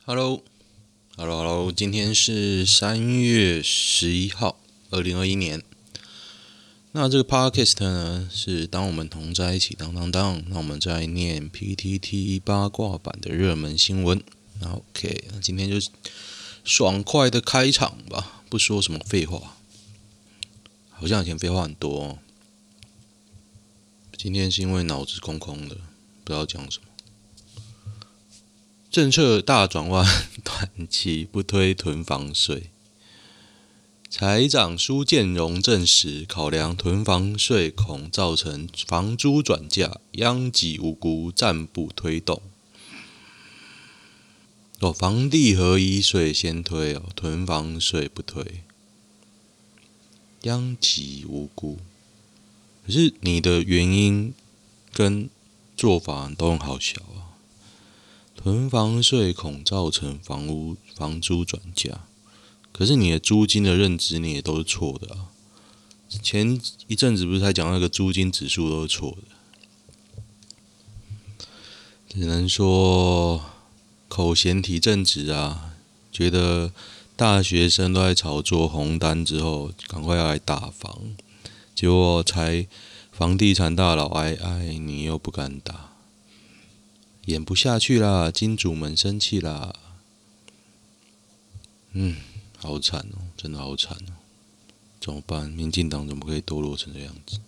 Hello，今天是3月11号，2021年。那这个 podcast 呢，是当我们同在一起，当，那我们在念 PTT 八卦版的热门新闻。那 OK， 那今天就爽快的开场吧，不说什么废话，好像以前废话很多哦。今天是因为脑子空空的，不知道讲什么。政策大转弯，短期不推囤房税。财长苏建荣证实，考量囤房税恐造成房租转嫁，殃及无辜，暂不推动。房地合一税先推哦，囤房税不推，殃及无辜。可是你的原因跟做法都很好笑啊。囤房税恐造成房租转嫁，可是你的租金的认知你也都是错的啊。前一阵子不是才讲那个租金指数都是错的，只能说口嫌体正直啊，觉得大学生都在炒作红单之后，赶快要来打房，结果房地产大佬哀，你又不敢打。演不下去啦，金主们生气啦。好惨哦，真的好惨哦，怎么办？民进党怎么可以堕落成这样子？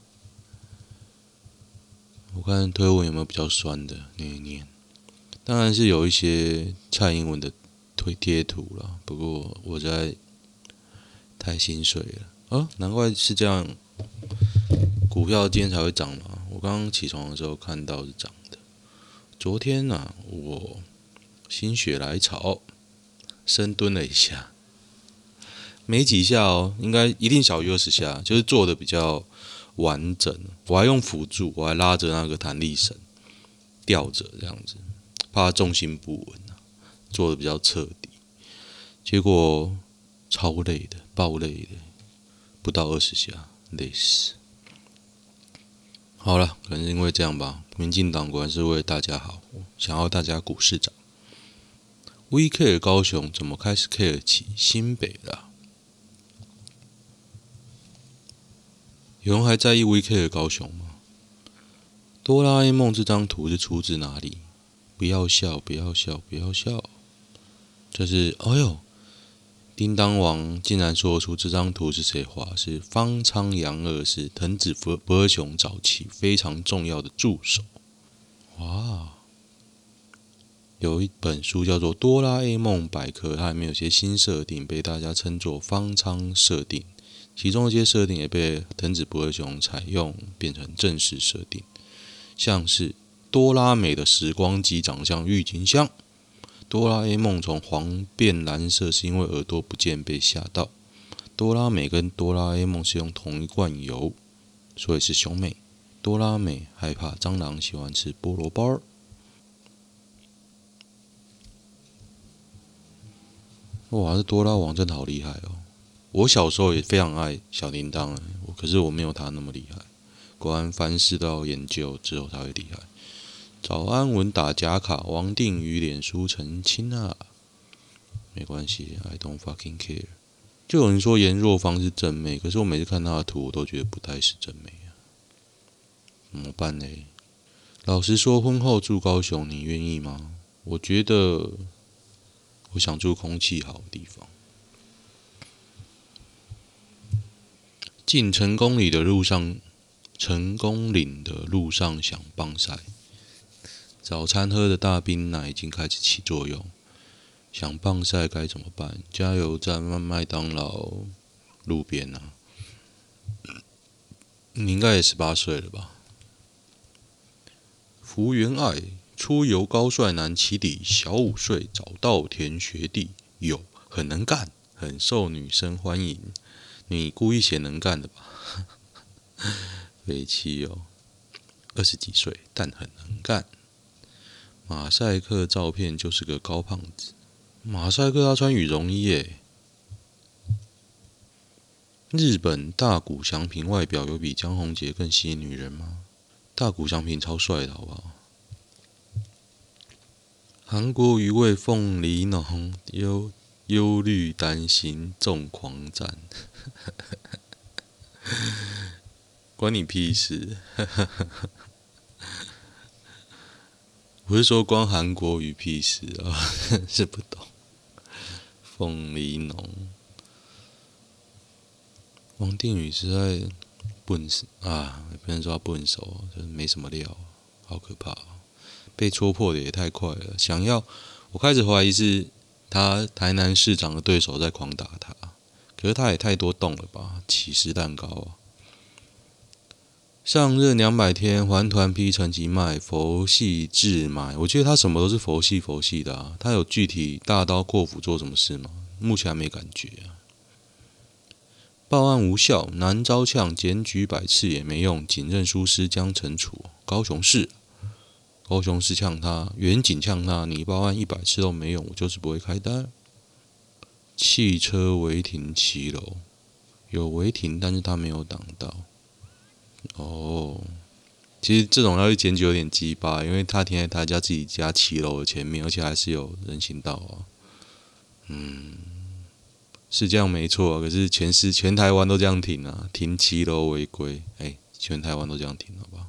我看推文有没有比较酸的念一念，当然是有一些蔡英文的贴图啦，不过我实在太心碎了难怪是这样，股票今天才会涨嘛。我刚刚起床的时候看到是涨的。昨天我心血来潮深蹲了一下，没几下哦，应该一定小于20下，就是做的比较完整。我还用辅助，我还拉着那个弹力绳吊着这样子，怕重心不稳做的比较彻底。结果超累的，爆累的，不到20下，累死。好了，可能是因为这样吧，民进党果然是为大家好，想要大家股市涨。We Care 高雄怎么开始 care 起新北了？有人还在意 We Care 高雄吗？哆啦 A 梦这张图是出自哪里？不要笑，不要笑，不要笑。这是叮当王竟然说出这张图是谁画，是方仓洋二，是藤子不二雄早期非常重要的助手。哇！有一本书叫做《哆啦 A 梦百科》，它里面有些新设定被大家称作方仓设定，其中一些设定也被藤子不二雄采用变成正式设定，像是哆啦美的时光机长相郁金香。哆啦 A 梦从黄变蓝色是因为耳朵不见被吓到。哆啦美跟哆啦 A 梦是用同一罐油，所以是兄妹。哆啦美害怕蟑螂，喜欢吃菠萝包。哇，这哆啦王真的好厉害哦！我小时候也非常爱小叮当，可是我没有他那么厉害。果然凡事都要研究之后才会厉害。早安文打假卡，王定宇脸书澄清啊，没关系 ，I don't fucking care。就有人说颜若芳是正妹，可是我每次看她的图，我都觉得不太是正妹啊，怎么办呢？老实说，婚后住高雄，你愿意吗？我觉得，我想住空气好的地方。进成功岭的路上想棒晒。早餐喝的大冰奶已经开始起作用，想棒晒该怎么办？加油站、麦当劳、路边啊。你应该也18岁了吧？福原爱出游高帅男起底，小5岁找稻田学弟，很能干，很受女生欢迎。你故意写能干的吧？废气哦，20几岁但很能干。马赛克照片就是个高胖子，马赛克他穿羽绒衣耶。日本大谷翔平外表有比江宏杰更吸引女人吗？大谷翔平超帅的好不好？ 韩国鱼味凤梨浓，忧虑担心重狂战，关你屁事！我是说关韩国语屁事啊，是不懂。凤梨浓，王定宇实在笨啊，也不能说他笨手，就是没什么料，好可怕、被戳破的也太快了。我开始怀疑是他台南市长的对手在狂打他，可是他也太多动了吧，起司蛋糕啊！上任200天，还团批成绩卖，佛系自买。我觉得他什么都是佛系的啊，他有具体大刀阔斧做什么事吗？目前还没感觉啊。报案无效，南招呛，检举100次也没用，警认疏失将惩处。高雄市呛他，远警呛他，你报案100次都没用，我就是不会开单。汽车违停骑楼，有违停，但是他没有挡到。哦，其实这种要去检举有点鸡巴，因为他停在他家自己家骑楼的前面，而且还是有人行道啊。是这样没错啊，可是全台湾都这样停啊，停骑楼违规，全台湾都这样停，好不好？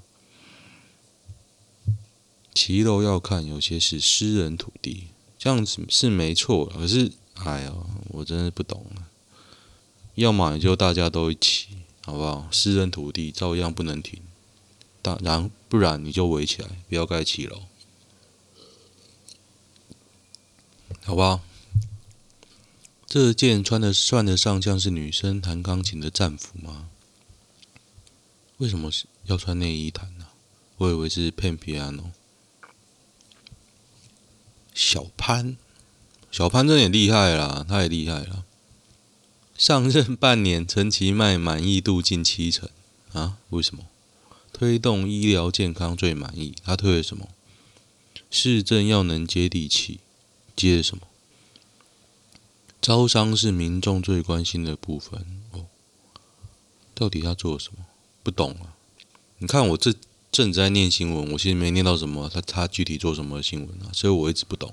骑楼要看，有些是私人土地，这样子是没错，可是我真的不懂了。要么你就大家都一起，好不好？私人土地照样不能停，不然你就围起来，不要盖骑楼，好不好？这件算得上像是女生弹钢琴的战服吗？为什么要穿内衣弹呢？我以为是 piano。小潘真的也厉害啦，他也厉害啦。上任半年，陈其迈满意度近70%啊？为什么？推动医疗健康最满意，他推了什么？市政要能接地气，接了什么？招商是民众最关心的部分哦。到底他做了什么？不懂啊。你看我正在念新闻，我其实没念到什么他具体做什么新闻啊，所以我一直不懂。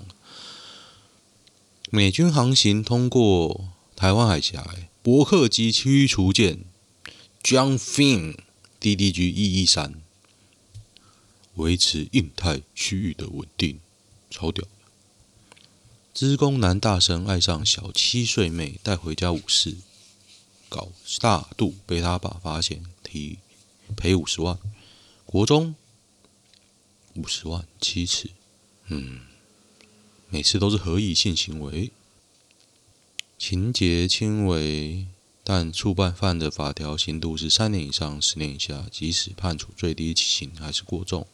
美军航行通过台湾海峡，伯克级驱除舰 John Finn DDG 113，维持印太区域的稳定，超屌。资工男大生爱上小7岁妹，带回家5次，搞大肚被他爸发现，赔50万。国中50万7次，每次都是合意性行为，情节轻微，但触犯的法条刑度是3年以上10年以下，即使判处最低起刑还是过重。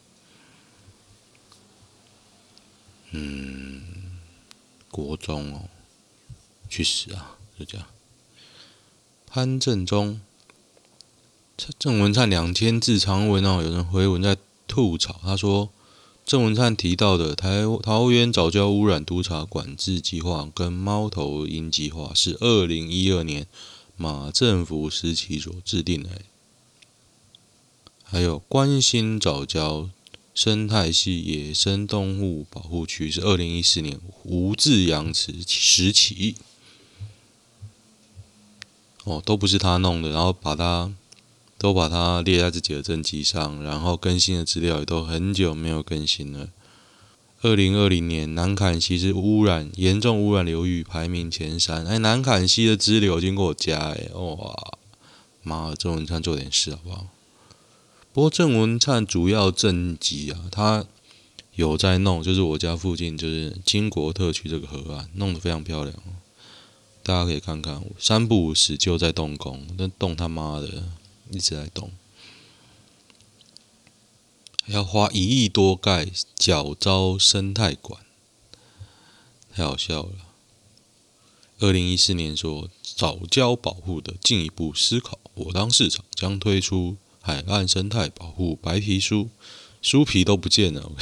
国中哦，去死啊！就这样。潘正中、郑文灿2000字长文哦，有人回文在吐槽，他说郑文灿提到的桃园藻礁污染督察管制计划跟猫头鹰计划是2012年马政府时期所制定的，还有关心藻礁生态系野生动物保护区是2014年吴志阳时期，都不是他弄的，然后把它列在自己的政绩上，然后更新的资料也都很久没有更新了。2020年南崁溪是严重污染流域，排名前3。南崁溪的支流经过我家，哇，妈的，郑文灿做点事好不好？不过郑文灿主要政绩啊，他有在弄，就是我家附近就是金国特区这个河岸，弄得非常漂亮，大家可以看看。3不5时就在动工，但动他妈的一直在动，还要花1亿多盖角沼生态馆，太好笑了。2014年说藻礁保护的进一步思考，我当市长将推出海岸生态保护白皮书，书皮都不见了，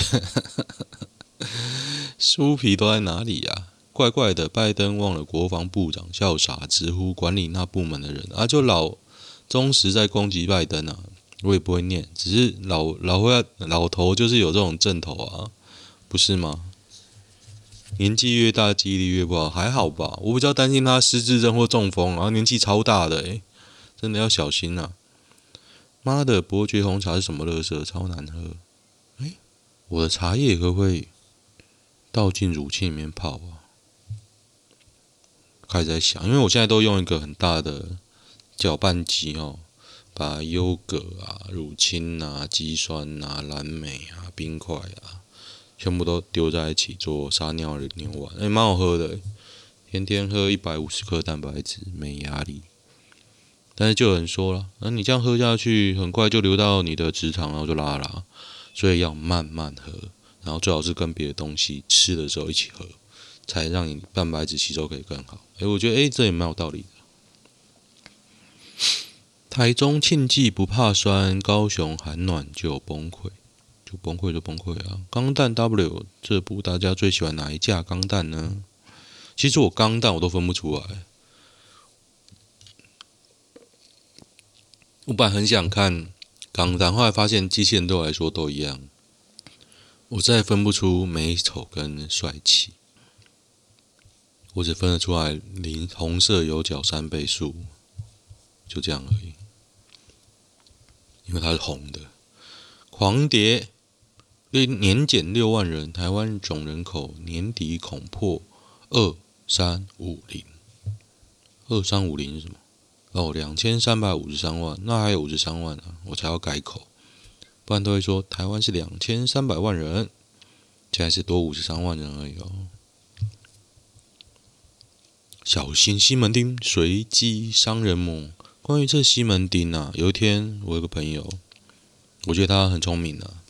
书皮都在哪里呀？怪怪的，拜登忘了国防部长笑傻，直呼管理那部门的人啊，就忠实在攻击拜登啊，我也不会念，只是老头就是有这种阵头啊，不是吗？ 年纪越大记忆力越不好，还好吧？我比较担心他失智症或中风，然后年纪超大的真的要小心啊！妈的，伯爵红茶是什么垃圾？超难喝！我的茶叶会不会倒进乳清里面泡啊？开始在想，因为我现在都用一个很大的搅拌机把优格啊、乳清啊、肌酸啊、蓝莓啊、冰块啊，全部都丢在一起做撒尿牛丸，蛮好喝的，天天喝150克蛋白质，没压力。但是就有人说了，你这样喝下去，很快就流到你的直肠，然后就拉啦，所以要慢慢喝，然后最好是跟别的东西吃的时候一起喝，才让你蛋白质吸收可以更好。我觉得这也蛮有道理的。台中庆忌不怕酸，高雄寒暖就崩溃，就崩溃啊！钢弹 W 这部大家最喜欢哪一架钢弹呢？其实我钢弹我都分不出来。我本来很想看钢弹，后来发现机器人对我来说都一样，我再也分不出美丑跟帅气，我只分得出来红色有角3倍数，就这样而已。因为它是红的。狂跌，年减6万人，台湾总人口年底恐破2350。2350是什么？2353万，那还有53万啊，我才要改口，不然都会说台湾是2300万人，现在是多53万人而已哦。小心西门町随机伤人魔。关于这西门町啊，有一天我有个朋友，我觉得他很聪明啊，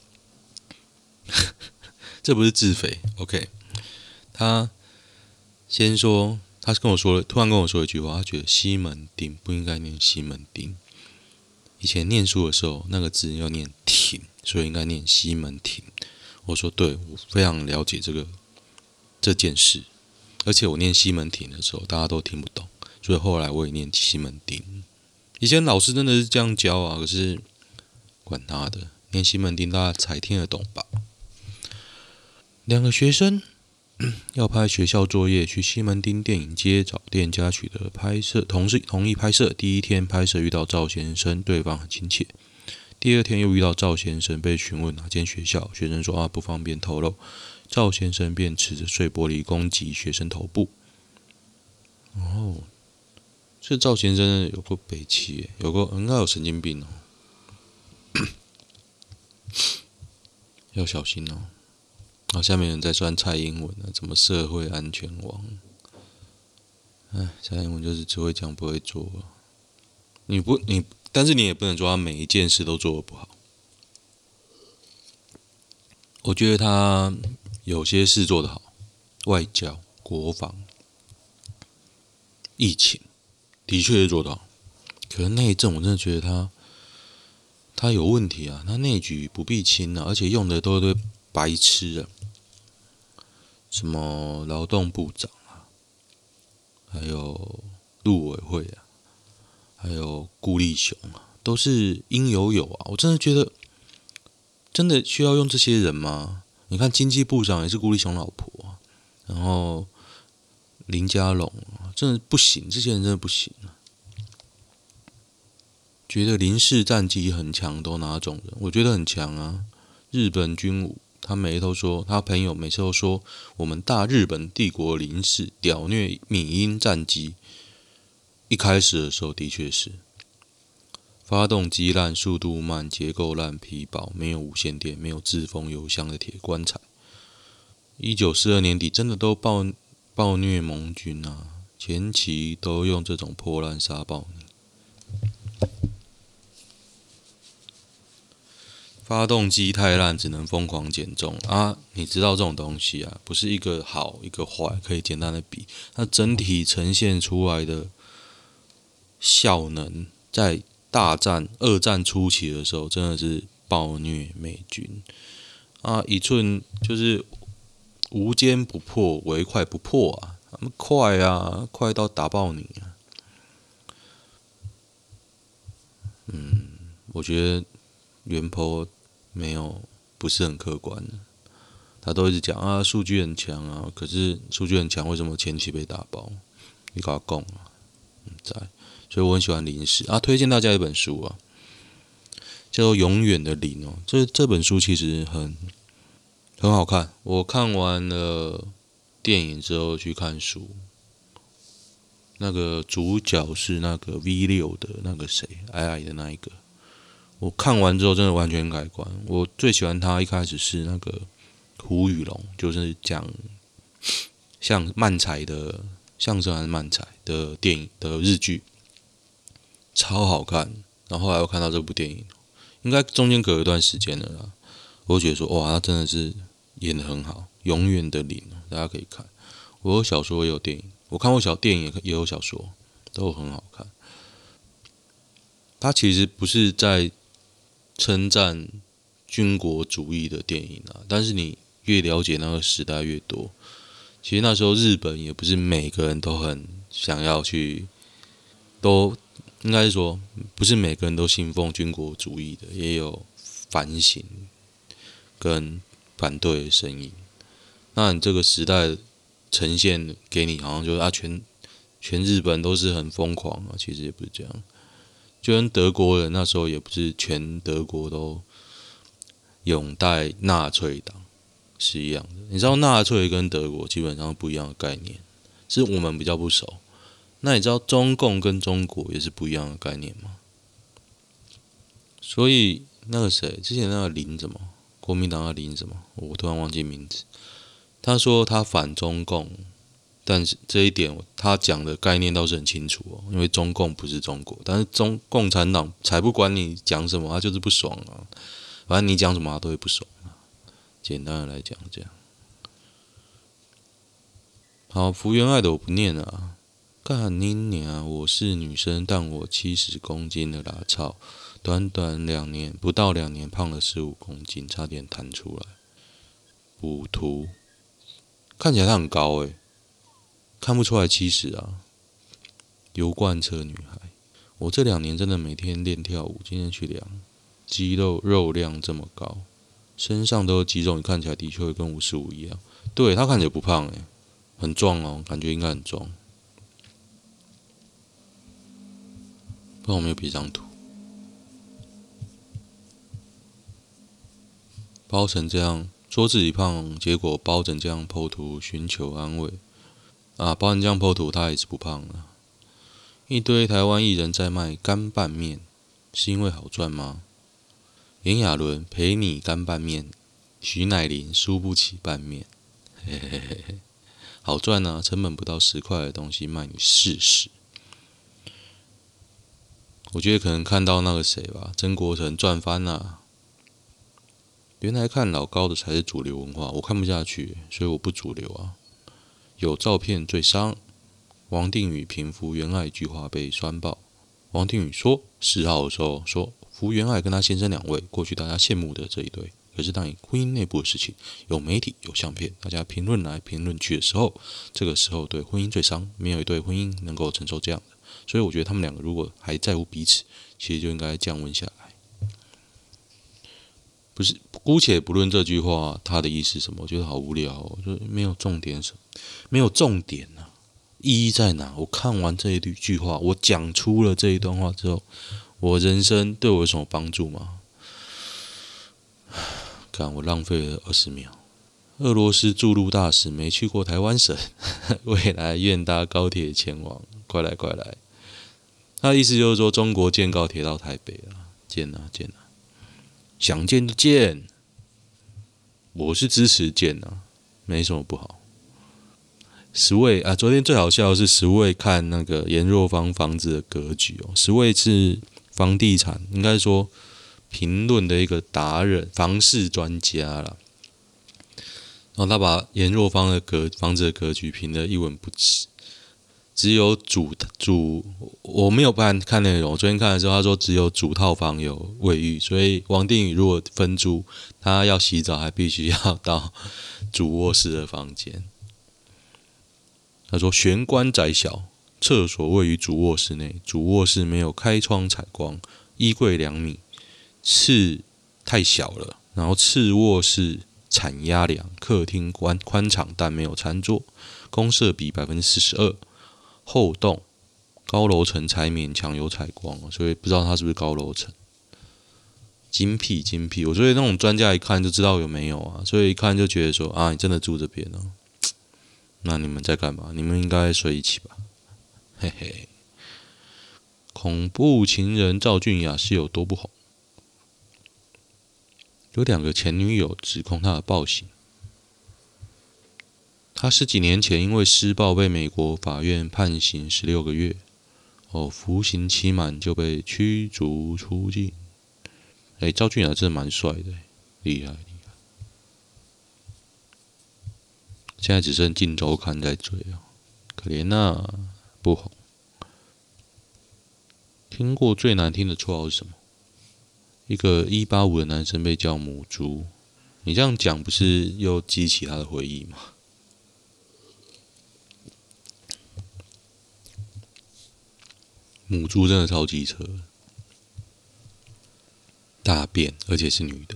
这不是自肥 ，OK？ 他先说，他跟我说了，突然跟我说一句话，他觉得西门町不应该念西门町。以前念书的时候，那个字要念町，所以应该念西门町。我说对，我非常了解这件事，而且我念西门町的时候，大家都听不懂，所以后来我也念西门町。以前老师真的是这样教啊，可是管他的，念西门町大家才听得懂吧？2个学生要拍学校作业，去西门町电影街找店家取得拍摄同意拍摄。第一天拍摄遇到赵先生，对方很亲切。第二天又遇到赵先生，被询问哪间学校，学生说不方便透露。赵先生便持着碎玻璃攻击学生头部。这赵先生有个北七，应该有神经病要小心哦。下面有人在酸蔡英文怎么社会安全网？蔡英文就是只会讲不会做但是你也不能说他每一件事都做得不好。我觉得他有些事做得好，外交、国防、疫情的确是做得好，可是内政我真的觉得他有问题啊，他内举不避亲啊，而且用的都是白痴啊，什么劳动部长啊，还有陆委会啊，还有顾立雄啊，都是应有啊，我真的觉得真的需要用这些人吗？你看经济部长也是顾立雄老婆啊，然后林佳龙真的不行，这些人真的不行啊。觉得林氏战绩很强都哪种人？我觉得很强啊。日本军武，他朋友每次都说我们大日本帝国林氏屌虐闽英战机。一开始的时候的确是，发动机烂，速度慢，结构烂，皮薄，没有无线电，没有自封油箱的铁棺材。1942年底真的都暴虐盟军啊，前期都用这种破烂杀爆你。发动机太烂，只能疯狂减重啊！你知道这种东西啊，不是一个好一个坏可以简单的比，它整体呈现出来的效能，在二战初期的时候，真的是暴虐美军啊！一寸就是无坚不破，唯快不破啊！他们快啊，快到打爆你啊！我觉得原 po 不是很客观， 他都一直讲啊，数据很强啊，可是数据很强，为什么前期被打爆？你跟我讲啊，在，所以我很喜欢零食啊，推荐大家一本书啊，叫做《永远的零》哦。这本书其实很好看，我看完了电影之后去看书。那个主角是那个 V6的那个谁，矮矮的那一个。我看完之后真的完全改观。我最喜欢他一开始是那个胡宇龙，就是讲像漫才的相声还是漫才的电影的日剧，超好看。然后后来我看到这部电影，应该中间隔一段时间了啦，我就觉得说哇，他真的是演得很好，永远的零，大家可以看。我有小说也有电影。我看过电影也有小说，都很好看。它其实不是在称赞军国主义的电影啊，但是你越了解那个时代越多，其实那时候日本也不是每个人都很想要去，都应该是说不是每个人都信奉军国主义的，也有反省跟反对的声音。那你这个时代呈现给你，好像就是全日本都是很疯狂啊，其实也不是这样。就跟德国人那时候也不是全德国都拥戴纳粹党是一样的。你知道纳粹跟德国基本上不一样的概念，是我们比较不熟。那你知道中共跟中国也是不一样的概念吗？所以那个谁，之前那个林什么，国民党的林什么，我突然忘记名字。他说他反中共，但是这一点他讲的概念倒是很清楚哦，因为中共不是中国，但是共产党才不管你讲什么，他就是不爽啊，反正你讲什么他都会不爽啊。简单的来讲这样。好，福原爱的我不念了啊。干你娘！我是女生，但我70公斤的啦，操！短短不到2年，胖了15公斤，差点弹出来。补图。看起来她很高诶，看不出来70啊。油罐车女孩，我这2年真的每天练跳舞，今天去量，肌肉量这么高，身上都有肌肉，你看起来的确会跟55一样。对，她看起来不胖诶，很壮哦，感觉应该很壮。不知道我没有别张图，包成这样。说自己胖，结果包成这样po图寻求安慰啊！包成这样po图，他也是不胖了。一堆台湾艺人在卖干拌面，是因为好赚吗？炎亚纶陪你干拌面，徐乃麟输不起拌面，嘿嘿嘿嘿，好赚啊！成本不到10块的东西卖你40。我觉得可能看到那个谁吧，曾国城赚翻了。原来看老高的才是主流文化，我看不下去，所以我不主流啊。有照片最伤。王定宇评福原爱一句话被酸爆。王定宇说10号的时候说，福原爱跟他先生2位，过去大家羡慕的这一对，可是当你婚姻内部的事情，有媒体有相片，大家评论来评论去的时候，这个时候对婚姻最伤，没有一对婚姻能够承受这样的。所以我觉得他们2个如果还在乎彼此，其实就应该降温下来。不是，姑且不论这句话它的意思是什么，我觉得好无聊哦，就是没有重点没有重点啊，意义在哪？我看完这一句话，我讲出了这一段话之后，我人生对我有什么帮助吗？看我浪费了20秒。俄罗斯驻陆大使没去过台湾省，未来愿搭高铁前往，快来快来！他的意思就是说，中国建高铁到台北了，建啊建啊！想见就见，我是支持见啊，没什么不好。10位啊，昨天最好笑的是10位看那个颜若芳房子的格局哦。10位是房地产，应该说评论的一个达人，房市专家啦。然后他把颜若芳的房子的格局评得一文不值。只有主，我没有看内容。我昨天看的时候，他说只有主套房有卫浴，所以王定宇如果分租，他要洗澡还必须要到主卧室的房间。他说玄关窄小，厕所位于主卧室内，主卧室没有开窗采光，衣柜2米，次太小了，然后次卧室产压梁，客厅宽敞但没有餐桌，公设比42%，后栋高楼层才勉强有采光，所以不知道它是不是高楼层。精辟，我觉得那种专家一看就知道有没有啊，所以一看就觉得说啊，你真的住这边哦，那你们在干嘛？你们应该睡一起吧，嘿嘿。恐怖情人赵俊雅是有多不红？有2个前女友指控他的暴行。他10几年前因为施暴被美国法院判刑16个月，服刑期满就被驱逐出境。赵俊雅真的蛮帅的，厉害。现在只剩《镜周刊》在追了，可怜啊，不红。听过最难听的绰号是什么？一个185的男生被叫母猪，你这样讲不是又激起他的回忆吗？母猪真的超机车，大便，而且是女的。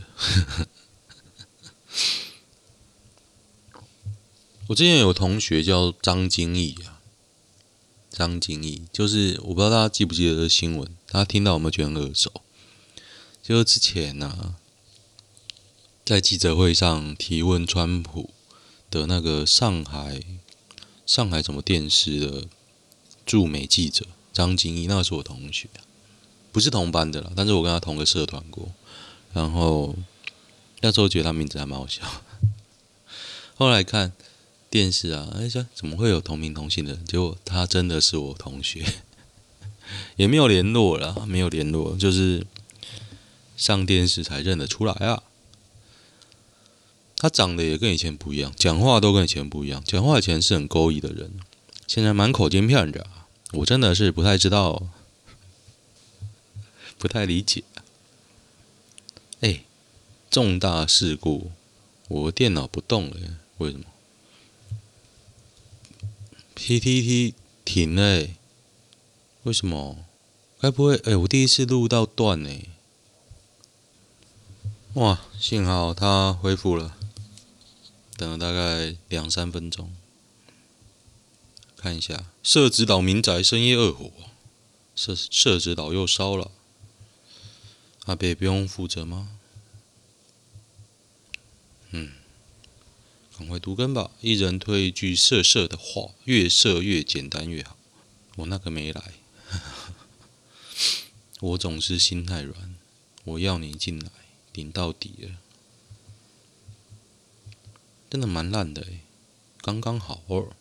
我之前有同学叫张金义啊，张金义就是我不知道大家记不记得这个新闻，大家听到有没有觉得很耳熟？就是之前在记者会上提问川普的那个上海什么电视的驻美记者张金义，那个是我同学，不是同班的啦，但是我跟他同个社团过，然后那时候觉得他名字还蛮好笑，后来看电视怎么会有同名同姓的人？结果他真的是我同学，也没有联络啦，没有联络，就是上电视才认得出来啊。他长得也跟以前不一样，讲话都跟以前不一样。讲话以前是很勾引的人，现在满口尖片的，我真的是不太知道，不太理解。重大事故，我电脑不动了，为什么 ？PTT 停了，为什么？该不会我第一次录到断哇，幸好它恢复了，等了大概2-3分钟。看一下，社子岛民宅深夜恶火，社子岛又烧了，阿北不用负责吗？赶快读根吧！一人推一句色色的话，越色越简单越好。我那个没来，我总是心太软，我要你进来，顶到底了。真的蛮烂的刚刚好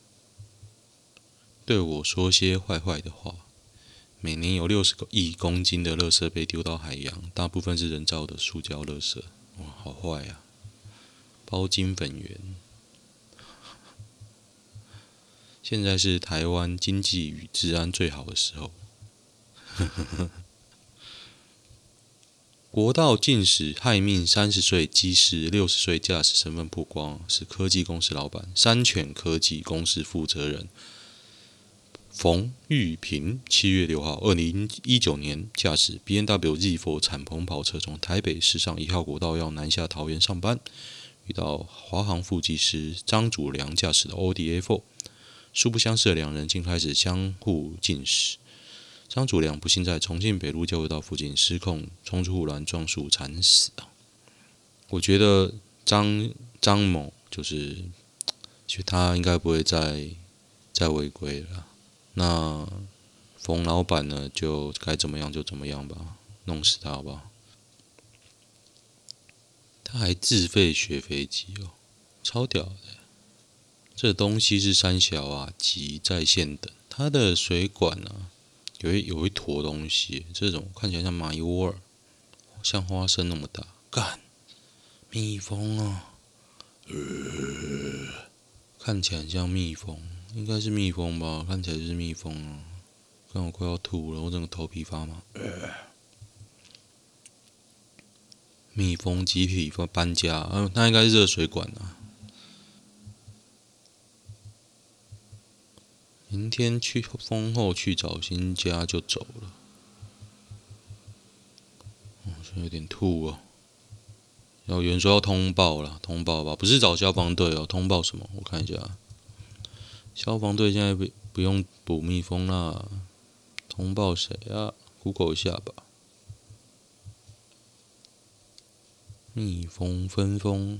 对我说些坏坏的话。每年有60亿公斤的垃圾被丢到海洋，大部分是人造的塑胶垃圾。哇，好坏啊！包金粉圆。现在是台湾经济与治安最好的时候。国道禁驶害命30岁机师，60岁驾驶身份曝光，是科技公司老板山犬科技公司负责人冯玉平7月6号，2019年驾驶 BMW Z4 敞篷跑车从台北市上1号国道要南下桃园上班，遇到华航副技师张祖良驾驶的 Audi A4。素不相识的2人竟开始相互竞驶。张祖良不幸在重庆北路交流道附近失控，冲出护栏撞树惨死。我觉得张某就是他应该不会再违规了。那冯老板呢，就该怎么样就怎么样吧，弄死他好不好？他还自费学飞机超屌的。这东西是三小急在线等，它的水管有一坨东西，这种看起来像蚂蚁窝像花生那么大，干蜜蜂看起来很像蜜蜂，应该是蜜蜂吧？看起来就是蜜蜂看我快要吐了，我整个头皮发麻。蜜蜂集体搬家，那应该是热水管明天封后去找新家就走了。有点吐有人说要通报啦，通报吧，不是找消防队哦，通报什么？我看一下，消防队现在不用捕蜜蜂啦，通报谁啊 ？Google 一下吧。蜜蜂分蜂，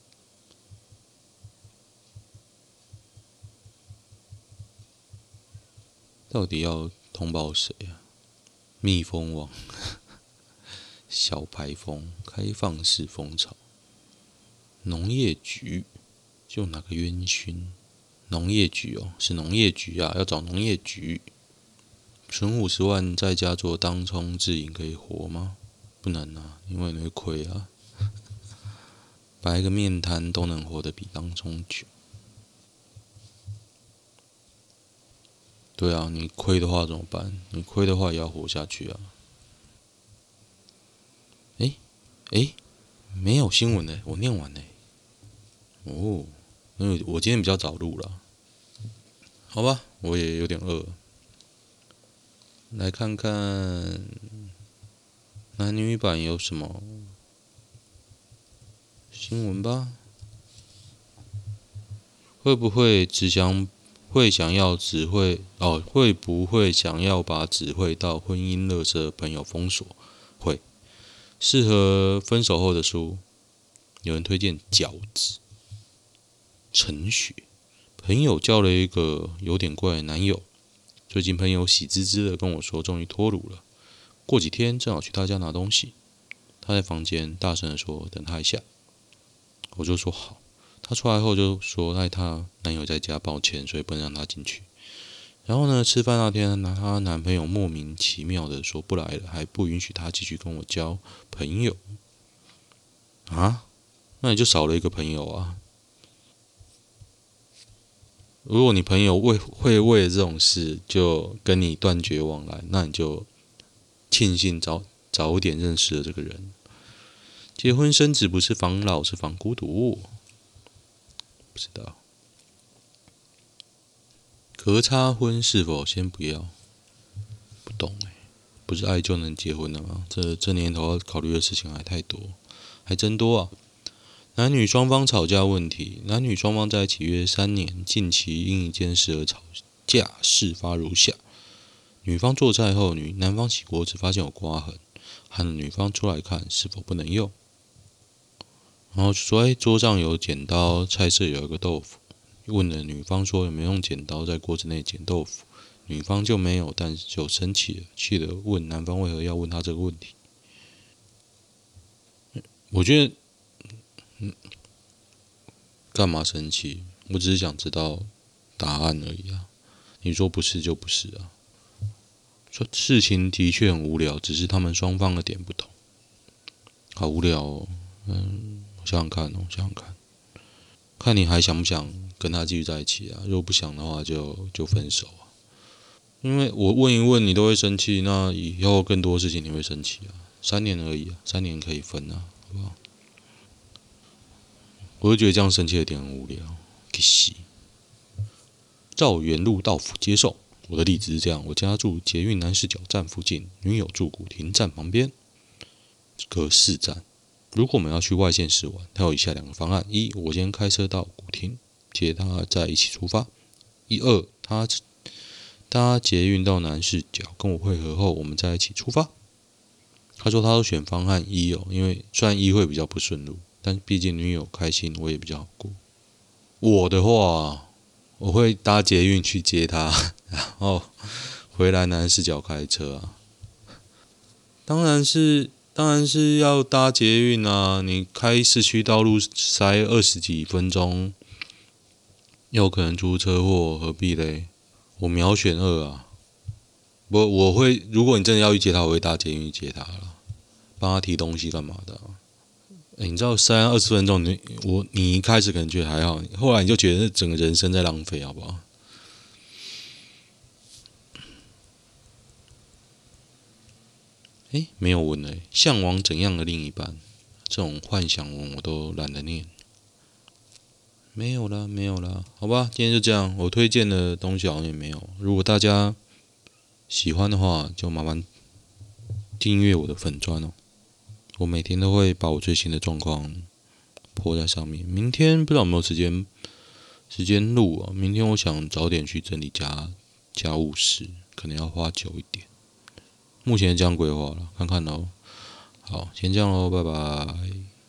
到底要通报谁啊？蜜蜂网，小排蜂，开放式蜂巢，农业局，就哪个烟熏？农业局哦，是农业局啊，要找农业局。存50万在家做当冲自营可以活吗？不能啊，因为你会亏啊。摆个面摊都能活得比当冲久。对啊，你亏的话怎么办？你亏的话也要活下去啊。没有新闻呢，我念完呢。哦，因为我今天比较早录了，好吧，我也有点饿。来看看男女版有什么新闻吧？会不会想要只会哦？会不会想要把只会到婚姻垃圾的朋友封锁？会。适合分手后的书，有人推荐《饺子》。陈雪，朋友交了一个有点怪的男友，最近朋友喜滋滋的跟我说，终于脱乳了。过几天正好去他家拿东西，他在房间大声的说等他一下，我就说好。他出来后就说她男友在家，抱歉，所以不能让他进去。然后呢，吃饭那天，她男朋友莫名其妙的说不来了，还不允许她继续跟我交朋友啊？那你就少了一个朋友啊。如果你朋友会为了这种事就跟你断绝往来，那你就庆幸早一点认识了这个人。结婚生子不是防老，是防孤独。不知道。隔差婚是否先不要？不懂不是爱就能结婚的吗？这年头要考虑的事情还太多，还真多啊！男女双方吵架问题，男女双方在一起约3年，近期因一件事而吵架，事发如下：女方做菜后，男方洗锅子发现有刮痕，喊了女方出来看是否不能用，然后就说：桌上有剪刀，菜色有一个豆腐。问了女方说有没有用剪刀在锅子内剪豆腐，女方就没有，但就生气了，气得问男方为何要问他这个问题。我觉得，干嘛生气？我只是想知道答案而已啊。你说不是就不是啊。说事情的确很无聊，只是他们双方的点不同。好无聊哦。我想想看，看你还想不想跟他继续在一起啊？如果不想的话就分手啊。因为我问一问你都会生气，那以后更多事情你会生气啊。3年而已啊，3年可以分啊，好不好？我就觉得这样生气的点很无聊，去死！照原路到府接受。我的例子是这样：我家住捷运南势角站附近，女友住古亭站旁边，隔4站。如果我们要去外县市玩，他有以下2个方案：一，我先开车到古亭接他，再一起出发；二，他搭捷运到南势角跟我会合后，我们再一起出发。他说他都选方案1哦，因为虽然1会比较不顺路，但毕竟女友开心，我也比较好过。我的话，我会搭捷运去接他，然后回来南势角开车啊。当然是要搭捷运啊！你开市区道路塞20几分钟，有可能出车祸，何必嘞？我秒选2啊！我会，如果你真的要去接他，我会搭捷运去接他了，帮他提东西干嘛的你知道塞20分钟，你一开始可能觉得还好，后来你就觉得整个人生在浪费，好不好？没有文向往怎样的另一半？这种幻想文我都懒得念。没有啦，好吧，今天就这样。我推荐的东西好像也没有。如果大家喜欢的话，就麻烦订阅我的粉专哦。 我每天都会把我最新的状况po在上面。明天不知道有没有时间录啊？明天我想早点去整理家务事，可能要花久一点。目前这样规划了，看看咯。好，先这样咯，拜拜。